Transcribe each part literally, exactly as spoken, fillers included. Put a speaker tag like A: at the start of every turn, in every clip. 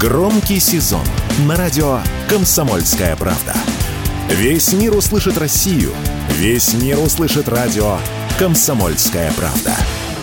A: Громкий сезон на радио «Комсомольская правда». Весь мир услышит Россию. Весь мир услышит радио «Комсомольская правда».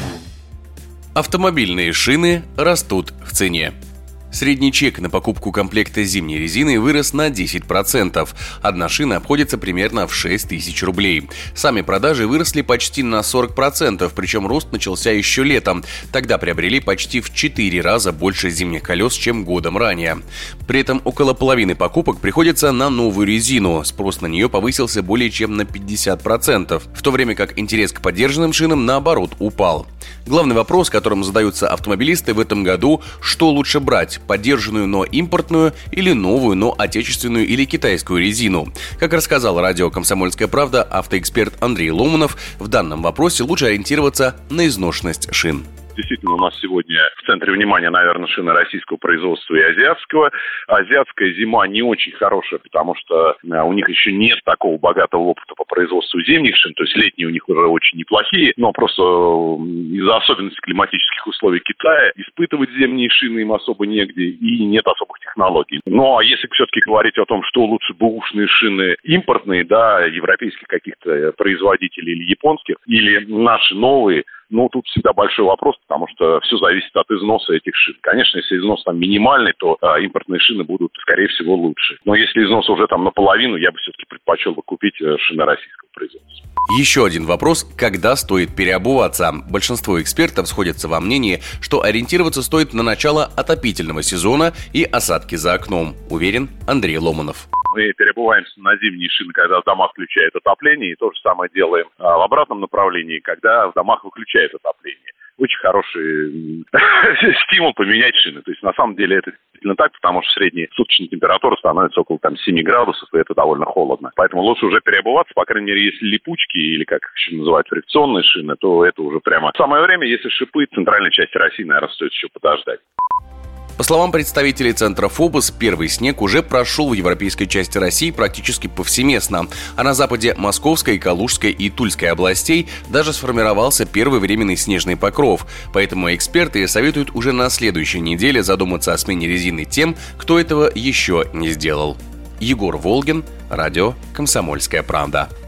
B: Автомобильные шины растут в цене. Средний чек на покупку комплекта зимней резины вырос на десять процентов. Одна шина обходится примерно в шесть тысяч рублей. Сами продажи выросли почти на сорок процентов, причем рост начался еще летом. Тогда приобрели почти в четыре раза больше зимних колес, чем годом ранее. При этом около половины покупок приходится на новую резину. Спрос на нее повысился более чем на пятьдесят процентов, в то время как интерес к подержанным шинам, наоборот, упал. Главный вопрос, которым задаются автомобилисты в этом году – что лучше брать? Подержанную, но импортную, или новую, но отечественную или китайскую резину? Как рассказал радио «Комсомольская правда» автоэксперт Андрей Ломанов, в данном вопросе лучше ориентироваться на изношенность шин.
C: Действительно, у нас сегодня в центре внимания, наверное, шины российского производства и азиатского. Азиатская зима не очень хорошая, потому что у них еще нет такого богатого опыта по производству зимних шин. То есть летние у них уже очень неплохие, но просто из-за особенностей климатических условий Китая испытывать зимние шины им особо негде и нет особых технологий. Ну, а если все-таки говорить о том, что лучше бэушные шины импортные, да, европейских каких-то производителей или японских, или наши новые, ну, тут всегда большой вопрос, потому что все зависит от износа этих шин. Конечно, если износ там минимальный, то а, импортные шины будут, скорее всего, лучше. Но если износ уже там наполовину, я бы все-таки предпочел бы купить шины российского производства.
B: Еще один вопрос – когда стоит переобуваться? Большинство экспертов сходятся во мнении, что ориентироваться стоит на начало отопительного сезона и осадки за окном, уверен Андрей Ломанов.
C: Мы переобуваемся на зимние шины, когда в домах включают отопление, и то же самое делаем а, в обратном направлении, когда в домах выключают отопление. Очень хороший стимул поменять шины. То есть, на самом деле, это действительно так, потому что средняя суточная температура становится около там, семь градусов, и это довольно холодно. Поэтому лучше уже переобуваться, по крайней мере, если липучки, или как их еще называют, фрикционные шины, то это уже прямо самое время. Если шипы, в центральной части России, наверное, стоит еще подождать.
B: По словам представителей центра ФОБОС, первый снег уже прошел в европейской части России практически повсеместно, а на западе Московской, Калужской и Тульской областей даже сформировался первый временный снежный покров. Поэтому эксперты советуют уже на следующей неделе задуматься о смене резины тем, кто этого еще не сделал. Егор Волгин, радио «Комсомольская правда».